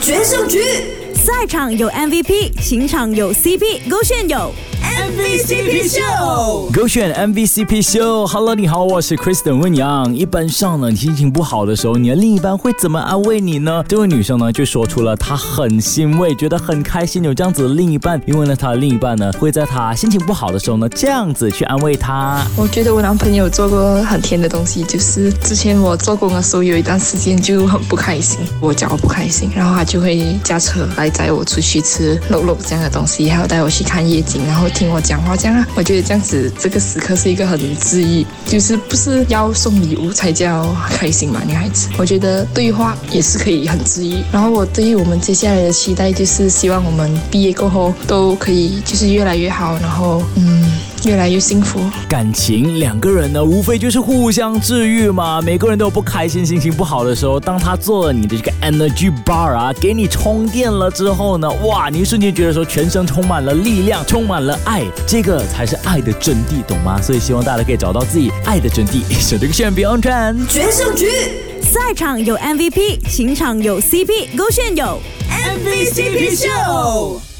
决胜局。 赛场有 MVP， 情场有 CP， 勾选有 MVCP Show， 勾选 MVCP Show。Hello， 你好，我是 Kristen 温阳。一般上呢，你心情不好的时候，你的另一半会怎么安慰你呢？这位女生呢就说出了她很欣慰，觉得很开心有这样子的另一半，因为呢，她的另一半呢会在她心情不好的时候呢这样子去安慰她。 我觉得我男朋友做过很甜的东西，就是之前我做工的时候有一段时间就很不开心，我讲我不开心，然后他就会驾车来载我出去吃肉这样的东西，还有带我去看夜景，然后听我讲话这样啊。我觉得这样子这个时刻是一个很治愈，就是不是要送礼物才叫开心嘛，女孩子。我觉得对话也是可以很治愈。然后我对于我们接下来的期待就是希望我们毕业过后都可以就是越来越好，然后越来越幸福。 感情两个人呢，无非就是互相治愈嘛。每个人都有不开心、心情不好的时候，当他做了你的这个 energy bar 啊，给你充电了之后呢，哇，你一瞬间觉得说全身充满了力量，充满了爱，这个才是爱的真谛，懂吗？所以希望大家可以找到自己爱的真谛。选这个选 Beyond Trend 决胜局。 赛场有 MVP， 情场有 CP， 勾选有 MVCP Show。